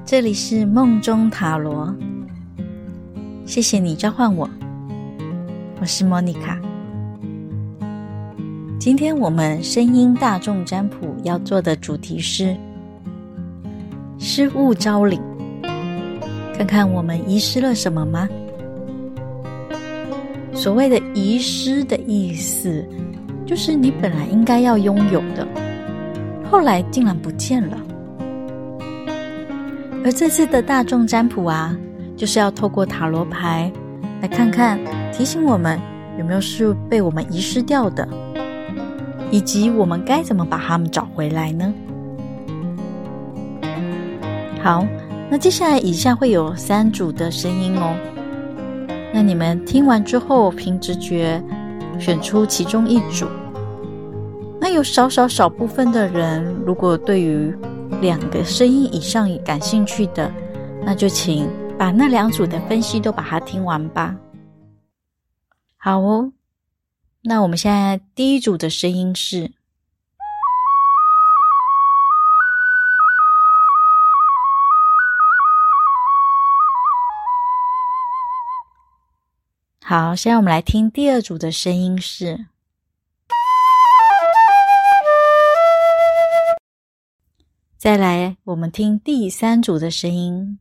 这里是梦中塔罗，谢谢你召唤我，我是莫妮卡。今天我们声音大众占卜要做的主题是失物招领，看看我们遗失了什么吗？所谓的遗失的意思，就是你本来应该要拥有的，后来竟然不见了。而这次的大众占卜啊，就是要透过塔罗牌来看看，提醒我们有没有是被我们遗失掉的，以及我们该怎么把它们找回来呢？好，那接下来以下会有3组的声音哦。那你们听完之后，凭直觉选出其中一组。那有少部分的人，如果对于2个声音以上感兴趣的，那就请把那2组的分析都把它听完吧。好哦，那我们现在第一组的声音是好，现在我们来听第2组的声音是再来我们听第3组的声音。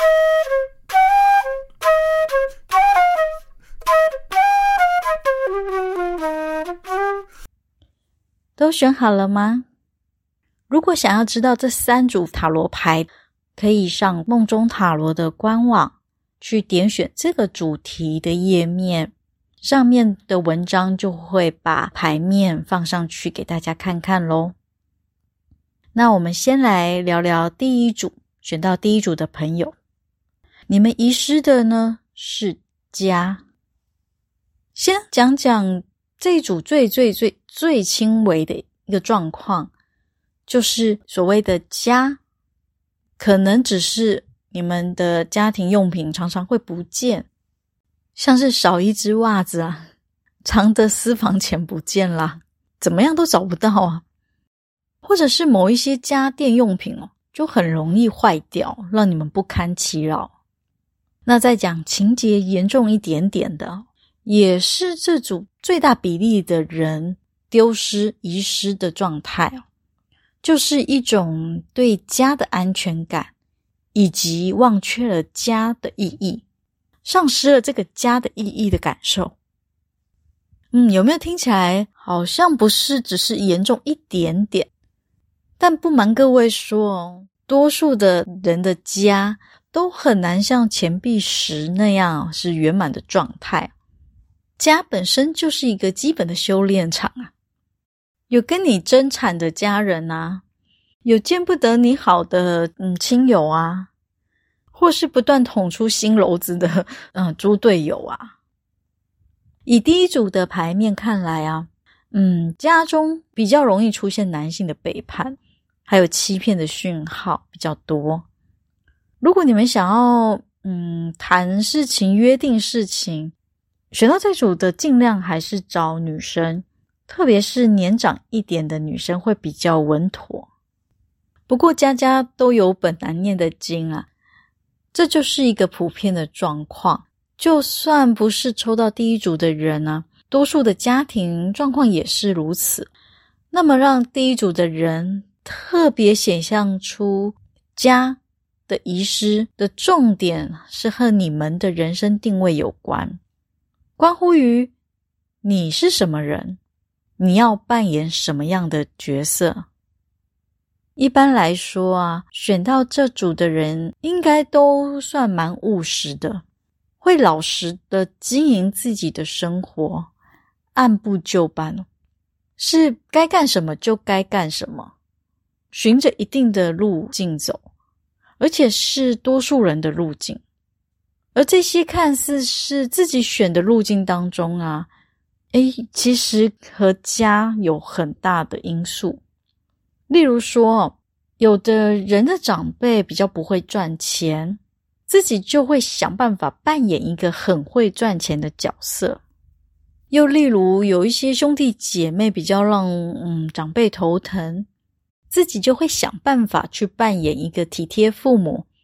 都选好了吗？如果想要知道这3组塔罗牌，可以上梦中塔罗的官网去点选这个主题的页面，上面的文章就会把牌面放上去给大家看看咯。那我们先来聊聊第1组，选到第1组的朋友，你们遗失的呢是家。先讲讲这一组最轻微的一个状况，就是所谓的家，可能只是你们的家庭用品常常会不见，像是少一只袜子啊，藏的私房钱不见啦，怎么样都找不到啊。或者是某一些家电用品就很容易坏掉，让你们不堪其扰。那再讲情节严重一点点的，也是这组最大比例的人丢失遗失的状态，就是一种对家的安全感，以及忘却了家的意义，丧失了这个家的意义的感受。有没有听起来好像不是只是严重一点点？但不瞒各位说，多数的人的家都很难像钱币石那样是圆满的状态。家本身就是一个基本的修炼场啊，有跟你争产的家人啊，有见不得你好的亲友啊，或是不断捅出新篓子的猪队友啊。以第1组的牌面看来啊，家中比较容易出现男性的背叛，还有欺骗的讯号比较多。如果你们想要谈事情、约定事情，选到这组的尽量还是找女生，特别是年长一点的女生会比较稳妥。不过家家都有本难念的经啊，这就是一个普遍的状况。就算不是抽到第1组的人啊，多数的家庭状况也是如此。那么让第1组的人特别显现出家的遗失的重点，是和你们的人生定位有关，关乎于你是什么人，你要扮演什么样的角色。一般来说啊，选到这组的人应该都算蛮务实的，会老实的经营自己的生活，按部就班，是该干什么就该干什么，循着一定的路径走，而且是多数人的路径。而这些看似是自己选的路径当中啊，其实和家有很大的因素。例如说，有的人的长辈比较不会赚钱，自己就会想办法扮演一个很会赚钱的角色。又例如有一些兄弟姐妹比较让长辈头疼，自己就会想办法去扮演一个体贴父母，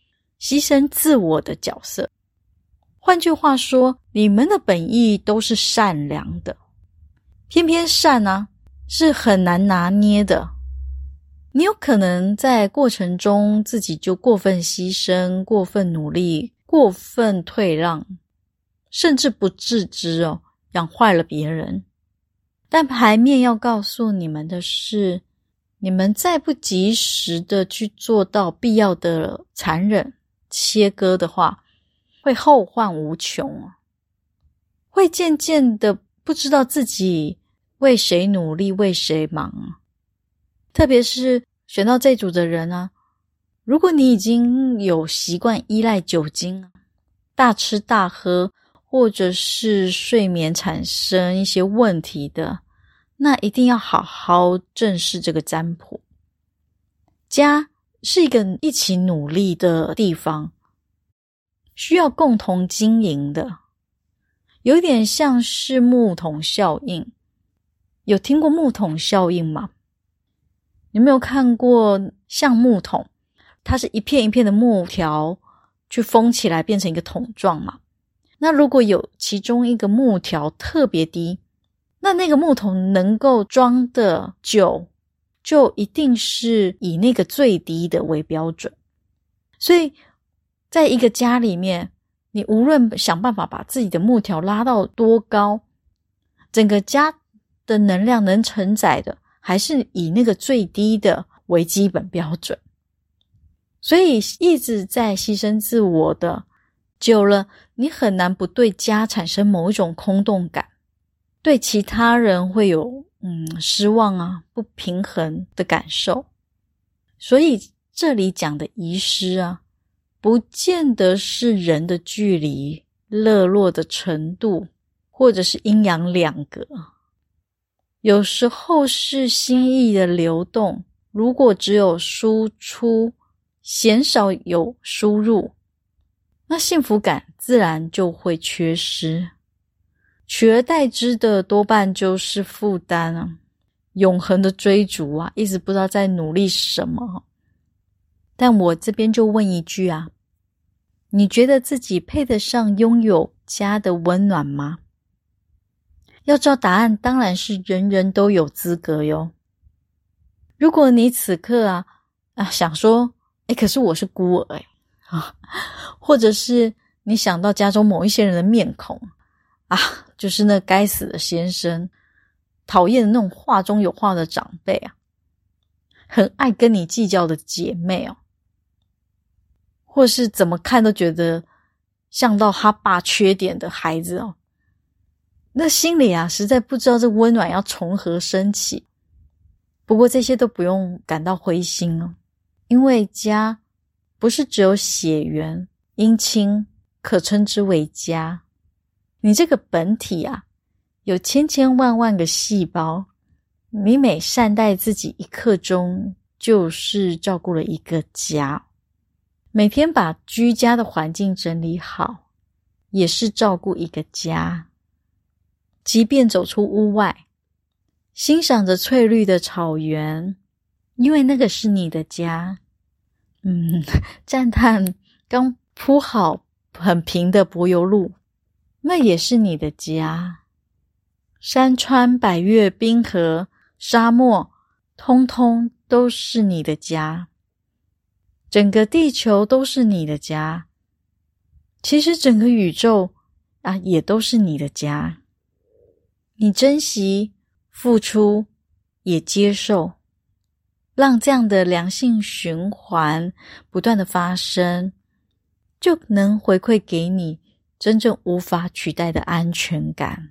牺牲自我的角色。换句话说，你们的本意都是善良的，偏偏善啊是很难拿捏的。你有可能在过程中自己就过分牺牲、过分努力、过分退让，甚至不自知养坏了别人。但牌面要告诉你们的是，你们再不及时的去做到必要的残忍切割的话，会后患无穷，会渐渐的不知道自己为谁努力为谁忙。特别是选到这组的人啊，如果你已经有习惯依赖酒精、大吃大喝，或者是睡眠产生一些问题的，那一定要好好正视这个占卜。家是一个一起努力的地方，需要共同经营的，有点像是木桶效应。有听过木桶效应吗？你有没有看过橡木桶？它是一片一片的木条去封起来变成一个桶状嘛。那如果有其中一个木条特别低，那个木桶能够装的酒就一定是以那个最低的为标准。所以在一个家里面，你无论想办法把自己的木条拉到多高，整个家的能量能承载的还是以那个最低的为基本标准。所以一直在牺牲自我的久了，你很难不对家产生某一种空洞感，对其他人会有失望啊、不平衡的感受。所以这里讲的遗失啊，不见得是人的距离、热络的程度，或者是阴阳两隔。有时候是心意的流动，如果只有输出，鲜少有输入，那幸福感自然就会缺失。取而代之的多半就是负担啊，永恒的追逐啊，一直不知道在努力什么。但我这边就问一句啊，你觉得自己配得上拥有家的温暖吗？要知道答案当然是人人都有资格哟。如果你此刻想说可是我是孤儿或者是你想到家中某一些人的面孔就是那该死的先生，讨厌的那种话中有话的长辈很爱跟你计较的姐妹或是怎么看都觉得像到他爸缺点的孩子那心里实在不知道这温暖要从何升起。不过这些都不用感到灰心因为家不是只有血缘姻亲可称之为家，你这个本体有千千万万个细胞，你每善待自己一刻钟，就是照顾了一个家。每天把居家的环境整理好，也是照顾一个家。即便走出屋外，欣赏着翠绿的草原，因为那个是你的家。赞叹刚铺好很平的柏油路，那也是你的家。山川百岳冰河沙漠，通通都是你的家。整个地球都是你的家，其实整个宇宙也都是你的家。你珍惜、付出，也接受，让这样的良性循环不断的发生，就能回馈给你真正无法取代的安全感。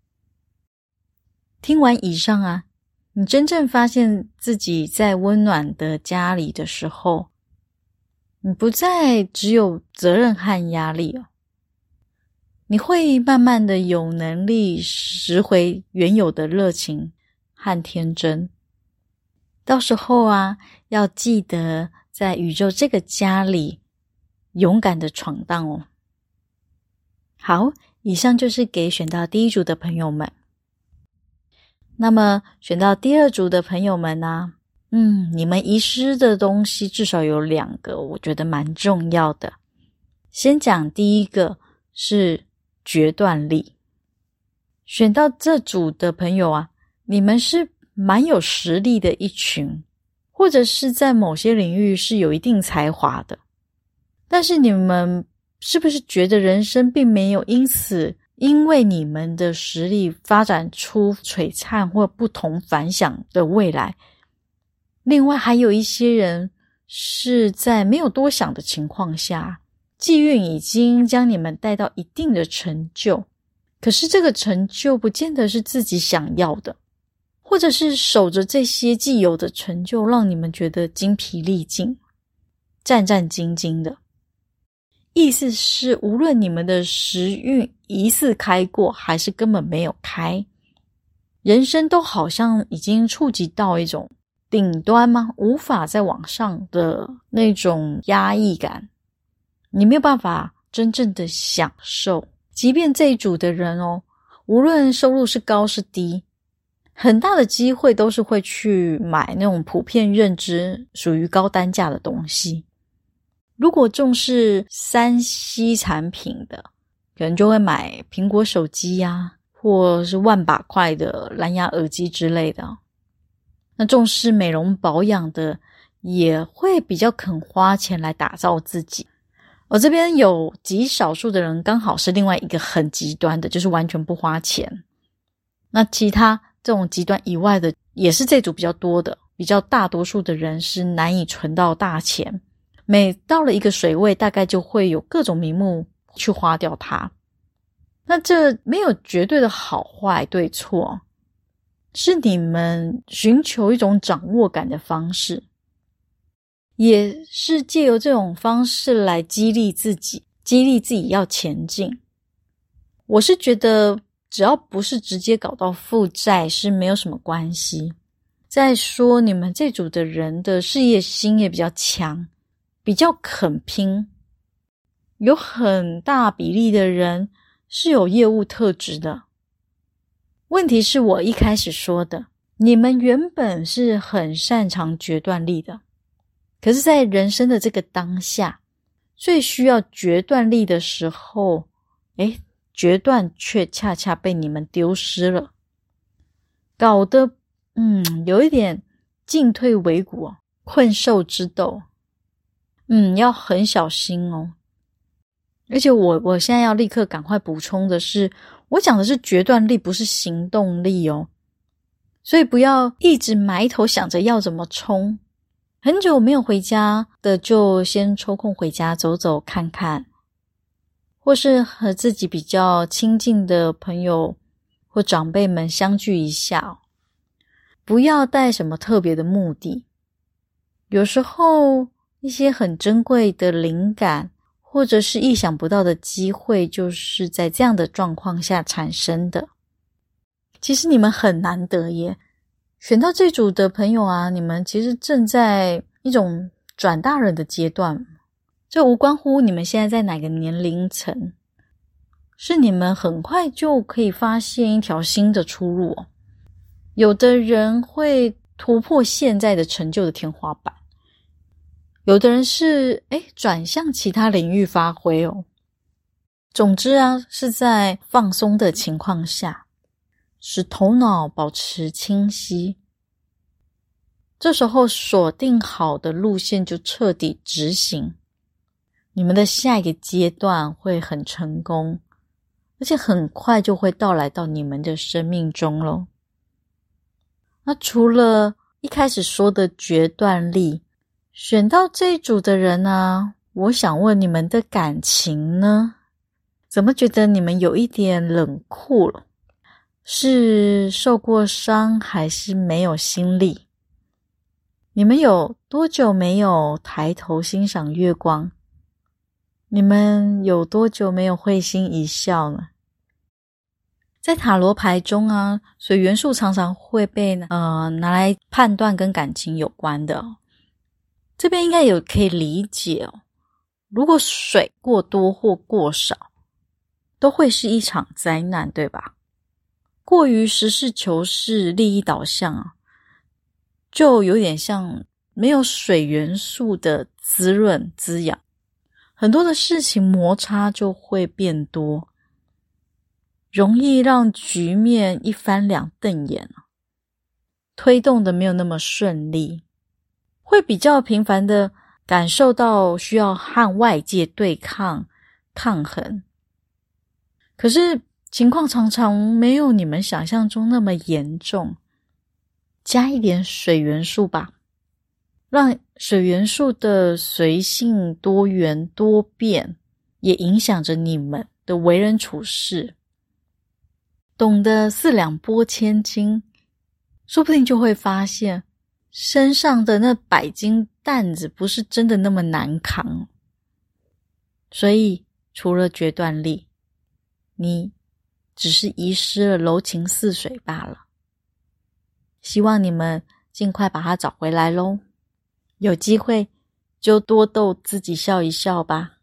听完以上你真正发现自己在温暖的家里的时候，你不再只有责任和压力你会慢慢的有能力拾回原有的热情和天真。到时候要记得在宇宙这个家里勇敢的闯荡好，以上就是给选到第一组的朋友们。那么选到第二组的朋友们你们遗失的东西至少有2个，我觉得蛮重要的。 先讲第一个是决断力。选到这组的朋友啊，你们是蛮有实力的一群，或者是在某些领域是有一定才华的。但是你们是不是觉得人生并没有因为你们的实力发展出璀璨或不同凡响的未来？另外还有一些人是在没有多想的情况下，际运已经将你们带到一定的成就，可是这个成就不见得是自己想要的，或者是守着这些既有的成就让你们觉得精疲力尽，战战兢兢的。意思是无论你们的时运疑似开过还是根本没有开，人生都好像已经触及到一种顶端吗？无法再往上的那种压抑感，你没有办法真正的享受。即便这一组的人无论收入是高是低，很大的机会都是会去买那种普遍认知属于高单价的东西。如果重视 3C 产品的，可能就会买苹果手机啊，或是万把块的蓝牙耳机之类的。那重视美容保养的，也会比较肯花钱来打造自己。我这边有极少数的人刚好是另外一个很极端的，就是完全不花钱。那其他这种极端以外的，也是这组比较多的，比较大多数的人是难以存到大钱。每到了一个水位，大概就会有各种名目去花掉它。那这没有绝对的好坏对错，是你们寻求一种掌握感的方式，也是借由这种方式来激励自己要前进。我是觉得只要不是直接搞到负债是没有什么关系。再说你们这组的人的事业心也比较强，比较肯拼，有很大比例的人是有业务特质的。问题是我一开始说的，你们原本是很擅长决断力的，可是在人生的这个当下，最需要决断力的时候，决断却恰恰被你们丢失了，搞得有一点进退维谷，困兽之斗。要很小心哦。而且我现在要立刻赶快补充的是，我讲的是决断力，不是行动力哦。所以不要一直埋头想着要怎么冲。很久没有回家的，就先抽空回家走走看看，或是和自己比较亲近的朋友或长辈们相聚一下。不要带什么特别的目的。有时候一些很珍贵的灵感或者是意想不到的机会，就是在这样的状况下产生的。其实你们很难得耶，选到这组的朋友啊，你们其实正在一种转大人的阶段，这无关乎你们现在在哪个年龄层，是你们很快就可以发现一条新的出路哦。有的人会突破现在的成就的天花板，有的人是转向其他领域发挥哦。总之啊，是在放松的情况下，使头脑保持清晰，这时候锁定好的路线就彻底执行，你们的下一个阶段会很成功，而且很快就会到来到你们的生命中咯。那除了一开始说的决断力，选到这一组的人啊，我想问你们的感情呢？怎么觉得你们有一点冷酷了？是受过伤还是没有心力？你们有多久没有抬头欣赏月光？你们有多久没有会心一笑呢？在塔罗牌中啊，水元素常常会被拿来判断跟感情有关的哦。这边应该有可以理解哦。如果水过多或过少，都会是一场灾难，对吧？过于实事求是、利益导向啊，就有点像没有水元素的滋润滋养。 很多的事情摩擦就会变多，容易让局面一翻两瞪眼，推动的没有那么顺利，会比较频繁的感受到需要和外界对抗抗衡。可是情况常常没有你们想象中那么严重，加一点水元素吧，让水元素的随性多元多变也影响着你们的为人处事。懂得四两拨千斤，说不定就会发现身上的那100斤担子不是真的那么难扛。所以除了决断力，你只是遗失了柔情似水罢了。希望你们尽快把它找回来咯，有机会就多逗自己笑一笑吧。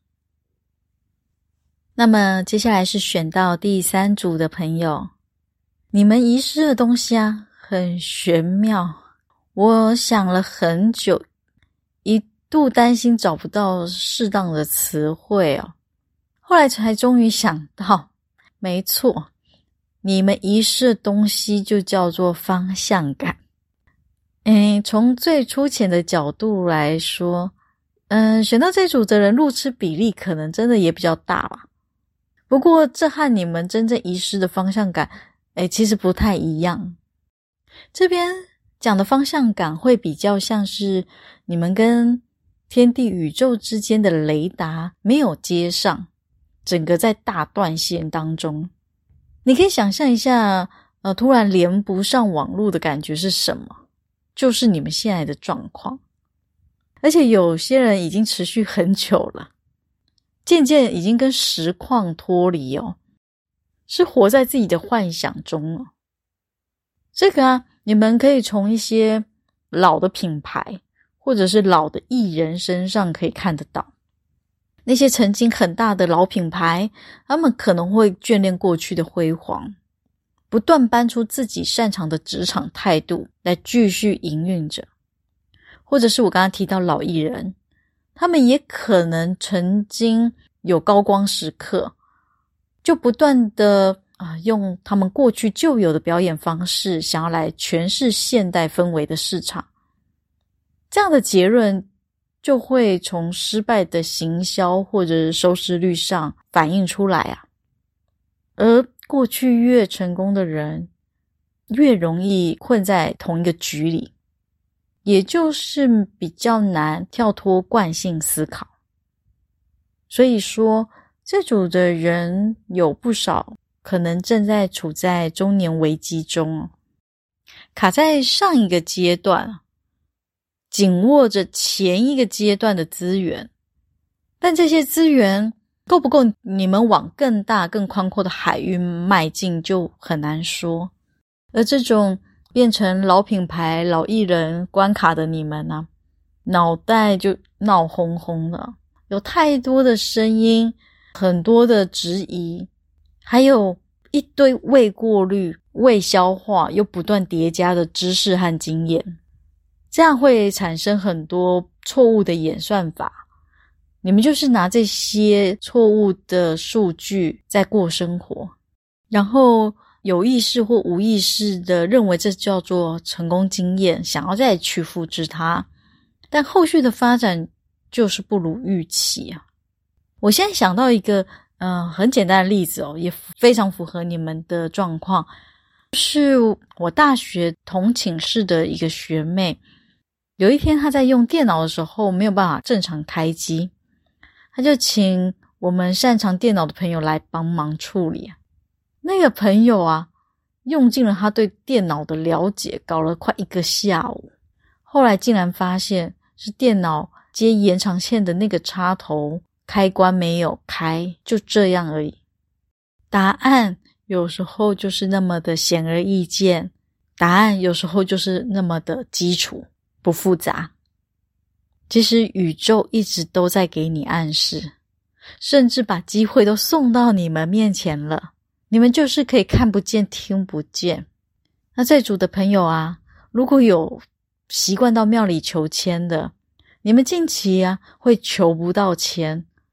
那么接下来是选到第3组的朋友，你们遗失的东西啊，很玄妙。我想了很久，一度担心找不到适当的词汇哦，后来才终于想到，没错，你们遗失的东西就叫做方向感。从最粗浅的角度来说，选到这组的人路痴比例可能真的也比较大啦。不过这和你们真正遗失的方向感其实不太一样。这边讲的方向感会比较像是你们跟天地宇宙之间的雷达没有接上，整个在大断线当中。你可以想象一下突然连不上网络的感觉是什么，就是你们现在的状况。而且有些人已经持续很久了，渐渐已经跟实况脱离哦，是活在自己的幻想中哦。这个啊，你们可以从一些老的品牌或者是老的艺人身上可以看得到。那些曾经很大的老品牌，他们可能会眷恋过去的辉煌，不断搬出自己擅长的职场态度来继续营运着。或者是我刚刚提到老艺人，他们也可能曾经有高光时刻，就不断的用他们过去旧有的表演方式，想要来诠释现代氛围的市场。这样的结论就会从失败的行销或者收视率上反映出来啊。而过去越成功的人，越容易困在同一个局里，也就是比较难跳脱惯性思考。所以说，这组的人有不少可能正在处在中年危机中，卡在上一个阶段，紧握着前一个阶段的资源，但这些资源够不够你们往更大更宽阔的海域迈进就很难说。而这种变成老品牌老艺人关卡的你们啊，脑袋就闹哄哄的，有太多的声音，很多的质疑，还有一堆未过滤未消化又不断叠加的知识和经验，这样会产生很多错误的演算法。你们就是拿这些错误的数据在过生活，然后有意识或无意识的认为这叫做成功经验，想要再去复制它，但后续的发展就是不如预期啊。我现在想到一个很简单的例子哦，也非常符合你们的状况，是我大学同寝室的一个学妹，有一天她在用电脑的时候没有办法正常开机，她就请我们擅长电脑的朋友来帮忙处理。那个朋友啊，用尽了他对电脑的了解，搞了快1个下午，后来竟然发现是电脑接延长线的那个插头开关没有开，就这样而已。答案有时候就是那么的显而易见，答案有时候就是那么的基础，不复杂。其实宇宙一直都在给你暗示，甚至把机会都送到你们面前了，你们就是可以看不见听不见。那这组的朋友啊，如果有习惯到庙里求签的，你们近期啊会求不到签，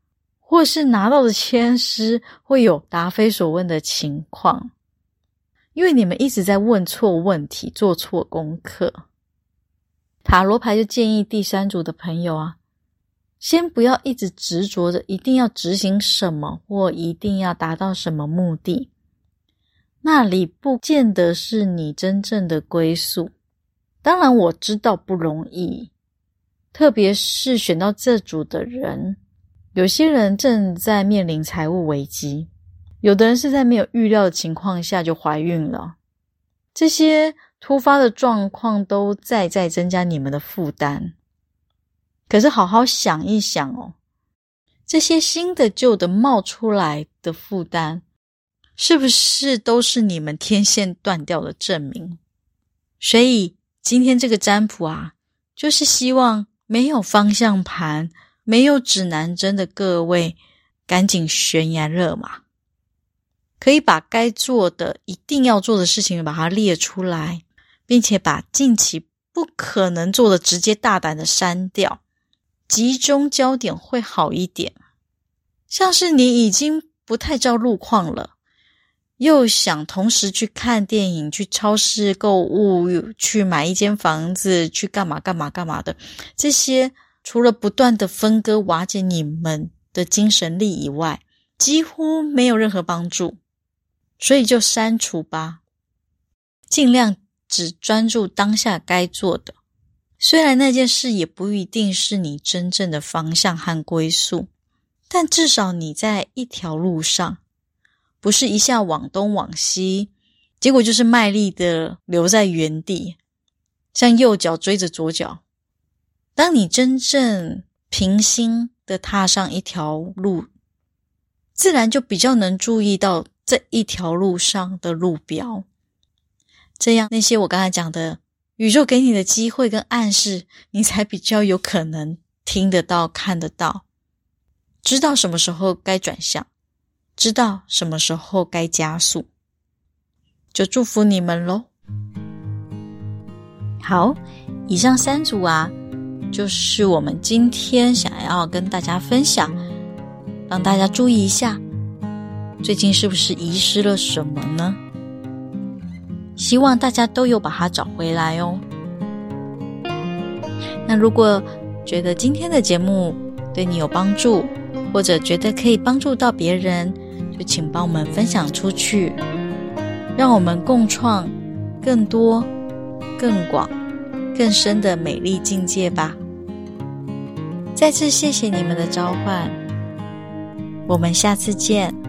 或是拿到的签诗会有答非所问的情况，因为你们一直在问错问题，做错功课。塔罗牌就建议第三组的朋友啊，先不要一直执着着一定要执行什么或一定要达到什么目的，那里不见得是你真正的归宿。当然我知道不容易，特别是选到这组的人，有些人正在面临财务危机，有的人是在没有预料的情况下就怀孕了，这些突发的状况都在增加你们的负担。可是好好想一想哦，这些新的旧的冒出来的负担，是不是都是你们天线断掉的证明？所以今天这个占卜啊，就是希望没有方向盘、没有指南针的各位，赶紧悬崖勒马，可以把该做的、一定要做的事情把它列出来，并且把近期不可能做的直接大胆的删掉，集中焦点会好一点。像是你已经不太照路况了，又想同时去看电影、去超市购物、去买一间房子、去干嘛的，这些除了不断的分割瓦解你们的精神力以外，几乎没有任何帮助，所以就删除吧，尽量只专注当下该做的。虽然那件事也不一定是你真正的方向和归宿，但至少你在一条路上，不是一下往东往西，结果就是卖力的留在原地，像右脚追着左脚。当你真正平心的踏上一条路，自然就比较能注意到这一条路上的路标，这样那些我刚才讲的宇宙给你的机会跟暗示，你才比较有可能听得到、看得到，知道什么时候该转向，知道什么时候该加速。就祝福你们咯。好，以上三组啊，就是我们今天想要跟大家分享，让大家注意一下，最近是不是遗失了什么呢？希望大家都有把它找回来哦。那如果觉得今天的节目对你有帮助，或者觉得可以帮助到别人，就请帮我们分享出去，让我们共创更多、更广、更深的美丽境界吧。再次谢谢你们的召唤，我们下次见。